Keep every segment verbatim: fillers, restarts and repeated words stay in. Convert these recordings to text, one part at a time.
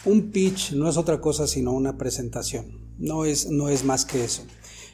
Un pitch no es otra cosa sino una presentación, no es, no es más que eso.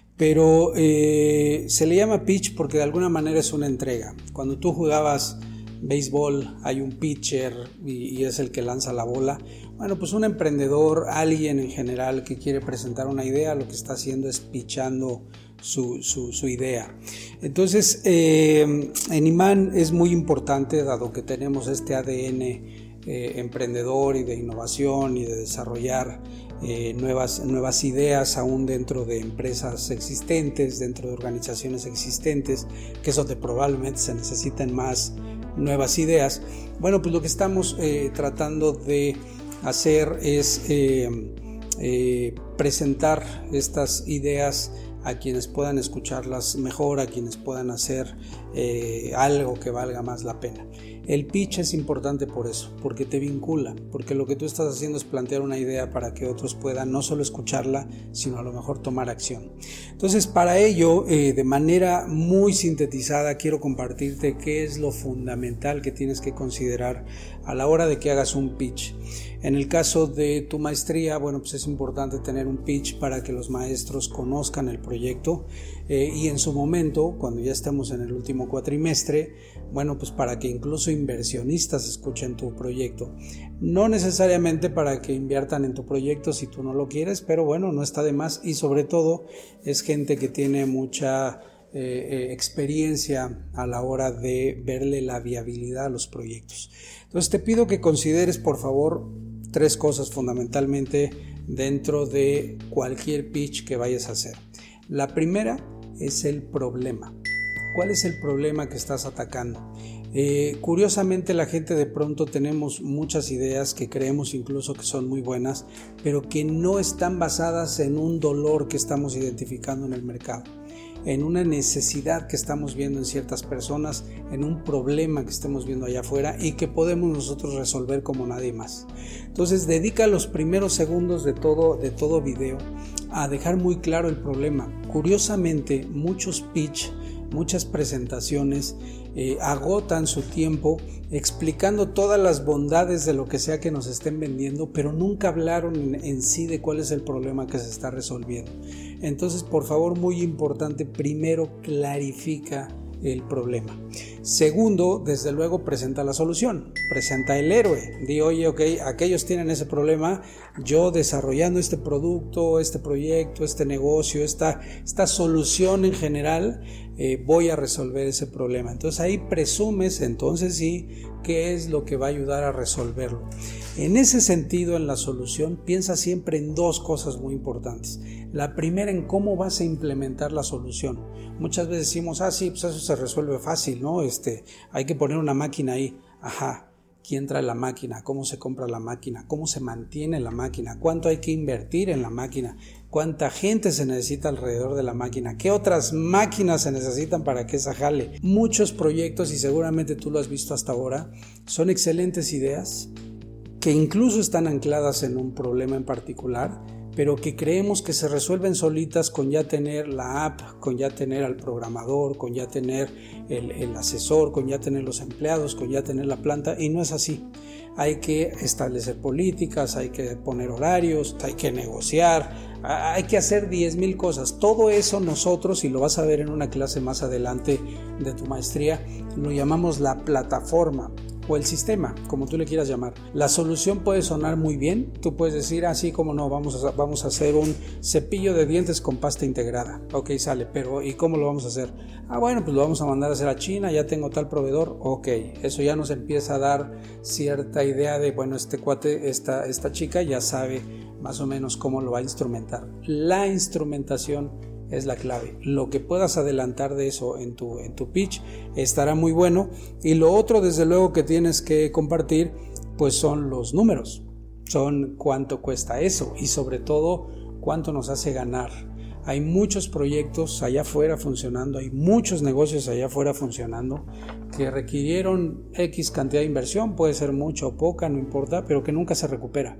Pero eh, se le llama pitch porque de alguna manera es una entrega. Cuando tú jugabas béisbol hay un pitcher y, y es el que lanza la bola. Bueno, pues un emprendedor, alguien en general que quiere presentar una idea, lo que está haciendo es pitchando su, su, su idea. Entonces, eh, en Imán es muy importante, dado que tenemos este A D N eh, emprendedor y de innovación y de desarrollar eh, nuevas, nuevas ideas aún dentro de empresas existentes, dentro de organizaciones existentes, que es donde probablemente se necesitan más nuevas ideas. Bueno, pues lo que estamos eh, tratando de hacer es eh, eh, presentar estas ideas a quienes puedan escucharlas mejor, a quienes puedan hacer eh, algo que valga más la pena. El pitch es importante por eso, porque te vincula, porque lo que tú estás haciendo es plantear una idea para que otros puedan no solo escucharla, sino a lo mejor tomar acción. Entonces, para ello, eh, de manera muy sintetizada, quiero compartirte qué es lo fundamental que tienes que considerar a la hora de que hagas un pitch. En el caso de tu maestría, bueno, pues es importante tener un pitch para que los maestros conozcan el proyecto eh, y en su momento, cuando ya estemos en el último cuatrimestre, bueno, pues para que incluso inversionistas escuchen tu proyecto. No necesariamente para que inviertan en tu proyecto si tú no lo quieres, pero bueno, no está de más y sobre todo es gente que tiene mucha eh, eh, experiencia a la hora de verle la viabilidad a los proyectos. Entonces te pido que consideres, por favor, tres cosas fundamentalmente dentro de cualquier pitch que vayas a hacer. La primera es el problema. ¿Cuál es el problema que estás atacando? Eh, curiosamente la gente de pronto tenemos muchas ideas que creemos incluso que son muy buenas, pero que no están basadas en un dolor que estamos identificando en el mercado, en una necesidad que estamos viendo en ciertas personas, en un problema que estemos viendo allá afuera y que podemos nosotros resolver como nadie más. Entonces dedica los primeros segundos de todo, de todo video a dejar muy claro el problema. Curiosamente, muchos pitch, muchas presentaciones eh, agotan su tiempo explicando todas las bondades de lo que sea que nos estén vendiendo, pero nunca hablaron en, en sí de cuál es el problema que se está resolviendo. Entonces, por favor, muy importante, primero clarifica el problema. Segundo, desde luego presenta la solución, presenta el héroe. Di, oye, ok, aquellos tienen ese problema, yo desarrollando este producto, este proyecto, este negocio, esta, esta solución en general, eh, voy a resolver ese problema. Entonces ahí presumes, entonces sí, qué es lo que va a ayudar a resolverlo. En ese sentido, en la solución, piensa siempre en dos cosas muy importantes. La primera, en cómo vas a implementar la solución. Muchas veces decimos, ah, sí, pues eso se resuelve fácil, ¿no? Este, hay que poner una máquina ahí. Ajá, ¿quién trae la máquina? ¿Cómo se compra la máquina? ¿Cómo se mantiene la máquina? ¿Cuánto hay que invertir en la máquina? ¿Cuánta gente se necesita alrededor de la máquina? ¿Qué otras máquinas se necesitan para que esa jale? Muchos proyectos, y seguramente tú lo has visto hasta ahora, son excelentes ideas que incluso están ancladas en un problema en particular, pero que creemos que se resuelven solitas con ya tener la app, con ya tener al programador, con ya tener el, el asesor, con ya tener los empleados, con ya tener la planta, y no es así. Hay que establecer políticas, hay que poner horarios, hay que negociar, hay que hacer diez mil cosas. Todo eso nosotros, y lo vas a ver en una clase más adelante de tu maestría, lo llamamos la plataforma o el sistema, como tú le quieras llamar. La solución puede sonar muy bien, tú puedes decir, así ah, como no, vamos a, vamos a hacer un cepillo de dientes con pasta integrada. Ok, sale, pero ¿y cómo lo vamos a hacer? Ah, bueno, pues lo vamos a mandar a hacer a China, ya tengo tal proveedor. Ok, eso ya nos empieza a dar cierta idea de, bueno, este cuate, esta, esta chica ya sabe más o menos cómo lo va a instrumentar. La instrumentación es la clave. Lo que puedas adelantar de eso en tu, en tu pitch estará muy bueno. Y lo otro, desde luego, que tienes que compartir, pues son los números. Son cuánto cuesta eso y sobre todo cuánto nos hace ganar. Hay muchos proyectos allá afuera funcionando, hay muchos negocios allá afuera funcionando que requirieron X cantidad de inversión, puede ser mucha o poca, no importa, pero que nunca se recupera.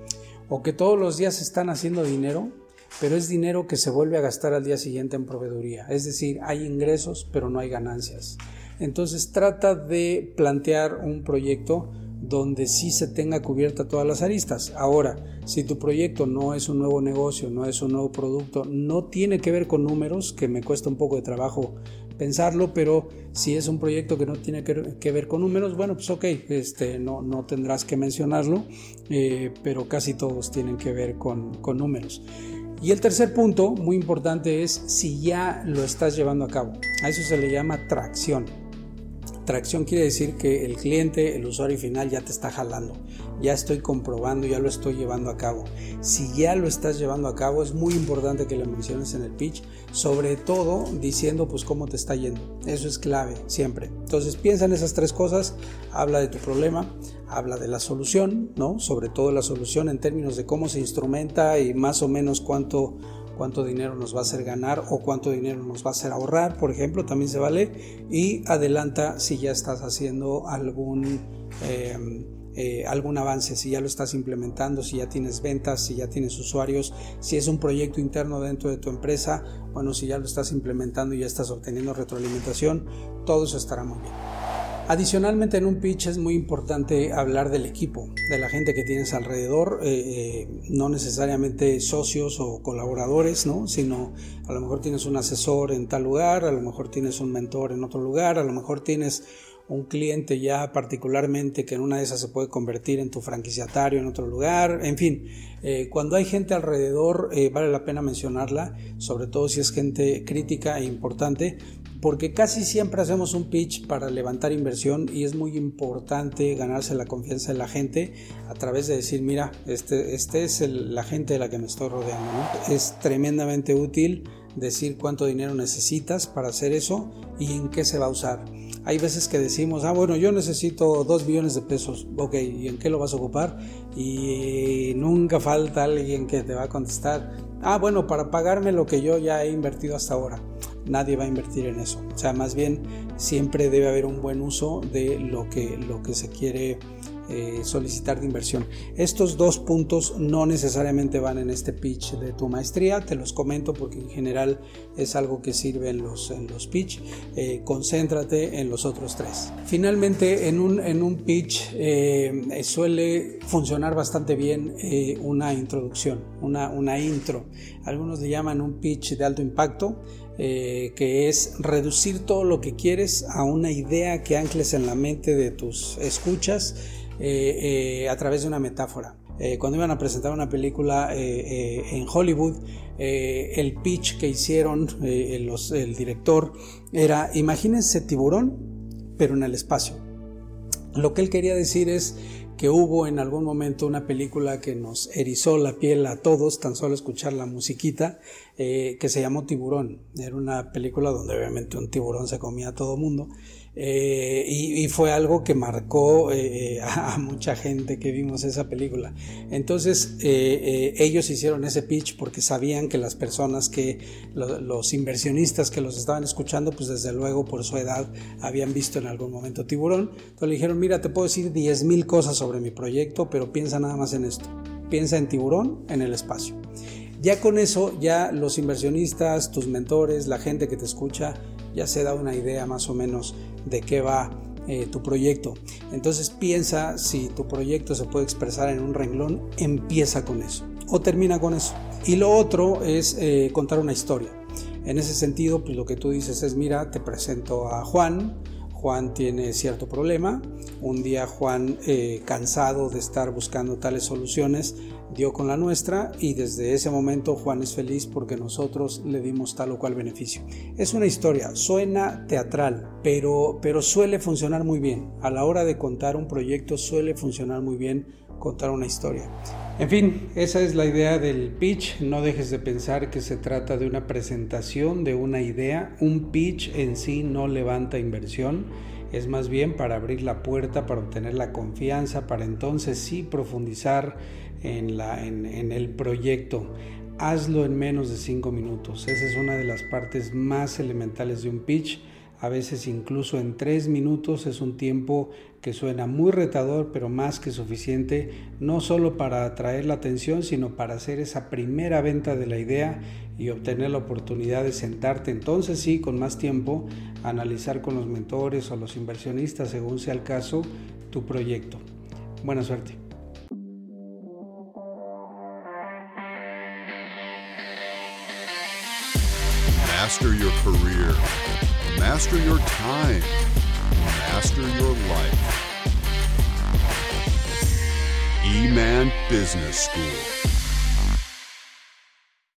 O que todos los días están haciendo dinero, pero es dinero que se vuelve a gastar al día siguiente en proveeduría. Es decir, hay ingresos, pero no hay ganancias. Entonces trata de plantear un proyecto donde sí se tenga cubierta todas las aristas. Ahora, si tu proyecto no es un nuevo negocio, no es un nuevo producto, no tiene que ver con números, que me cuesta un poco de trabajo pensarlo, pero si es un proyecto que no tiene que, que ver con números, bueno, pues ok, este, no, no tendrás que mencionarlo, eh, pero casi todos tienen que ver con, con números. Y el tercer punto, muy importante, es si ya lo estás llevando a cabo. A eso se le llama tracción. Tracción quiere decir que el cliente, el usuario final ya te está jalando, ya estoy comprobando, ya lo estoy llevando a cabo. Si ya lo estás llevando a cabo, es muy importante que lo menciones en el pitch, sobre todo diciendo pues cómo te está yendo. Eso es clave siempre. Entonces piensa en esas tres cosas, habla de tu problema, habla de la solución, ¿no? Sobre todo la solución en términos de cómo se instrumenta y más o menos cuánto cuánto dinero nos va a hacer ganar o cuánto dinero nos va a hacer ahorrar, por ejemplo, también se vale. Y adelanta si ya estás haciendo algún eh, eh, algún avance, si ya lo estás implementando, si ya tienes ventas, si ya tienes usuarios, si es un proyecto interno dentro de tu empresa, bueno, si ya lo estás implementando y ya estás obteniendo retroalimentación, todo eso estará muy bien. Adicionalmente, en un pitch es muy importante hablar del equipo, de la gente que tienes alrededor, eh, eh, no necesariamente socios o colaboradores, ¿no? Sino a lo mejor tienes un asesor en tal lugar, a lo mejor tienes un mentor en otro lugar, a lo mejor tienes un cliente ya particularmente que en una de esas se puede convertir en tu franquiciatario en otro lugar, en fin, eh, cuando hay gente alrededor eh, vale la pena mencionarla, sobre todo si es gente crítica e importante, porque casi siempre hacemos un pitch para levantar inversión y es muy importante ganarse la confianza de la gente a través de decir, mira, este, este es el, la gente de la que me estoy rodeando, ¿no? Es tremendamente útil decir cuánto dinero necesitas para hacer eso y en qué se va a usar. Hay veces que decimos, ah, bueno, yo necesito dos billones de pesos, ok, ¿y en qué lo vas a ocupar? Y nunca falta alguien que te va a contestar, ah, bueno, para pagarme lo que yo ya he invertido hasta ahora. Nadie va a invertir en eso, o sea, más bien siempre debe haber un buen uso de lo que, lo que se quiere eh, solicitar de inversión. Estos dos puntos no necesariamente van en este pitch de tu maestría, te los comento porque en general es algo que sirve en los, en los pitch, eh, concéntrate en los otros tres. Finalmente, en un, en un pitch eh, suele funcionar bastante bien eh, una introducción, una, una intro. Algunos le llaman un pitch de alto impacto, Eh, que es reducir todo lo que quieres a una idea que ancles en la mente de tus escuchas eh, eh, a través de una metáfora. Eh, cuando iban a presentar una película eh, eh, en Hollywood, eh, el pitch que hicieron eh, los, el director era, imagínense Tiburón, pero en el espacio. Lo que él quería decir es que hubo en algún momento una película que nos erizó la piel a todos, tan solo escuchar la musiquita, eh, que se llamó Tiburón. Era una película donde obviamente un tiburón se comía a todo mundo, eh, y, y fue algo que marcó eh, a, a mucha gente que vimos esa película. Entonces eh, eh, ellos hicieron ese pitch porque sabían que las personas que, lo, los inversionistas que los estaban escuchando, pues desde luego por su edad habían visto en algún momento Tiburón. Entonces le dijeron, mira, te puedo decir diez mil cosas sobre mi proyecto, pero piensa nada más en esto, piensa en tiburón en el espacio. Ya con eso, ya los inversionistas, tus mentores, la gente que te escucha, ya se da una idea más o menos de qué va eh, tu proyecto. Entonces piensa si tu proyecto se puede expresar en un renglón, empieza con eso o termina con eso. Y lo otro es eh, contar una historia. En ese sentido, pues lo que tú dices es, mira, te presento a Juan. Juan tiene cierto problema. Un día Juan, eh, cansado de estar buscando tales soluciones, dio con la nuestra y desde ese momento Juan es feliz porque nosotros le dimos tal o cual beneficio. Es una historia, suena teatral, pero, pero suele funcionar muy bien. A la hora de contar un proyecto suele funcionar muy bien contar una historia. En fin, esa es la idea del pitch. No dejes de pensar que se trata de una presentación de una idea. Un pitch en sí no levanta inversión, es más bien para abrir la puerta, para obtener la confianza, para entonces sí profundizar en, la, en, en el proyecto. Hazlo en menos de cinco minutos. Esa es una de las partes más elementales de un pitch. A veces incluso en tres minutos es un tiempo que suena muy retador, pero más que suficiente, no solo para atraer la atención, sino para hacer esa primera venta de la idea y obtener la oportunidad de sentarte entonces sí con más tiempo a analizar con los mentores o los inversionistas, según sea el caso, tu proyecto. Buena suerte. Master your career. Master your time. Master your life. E-Man Business School.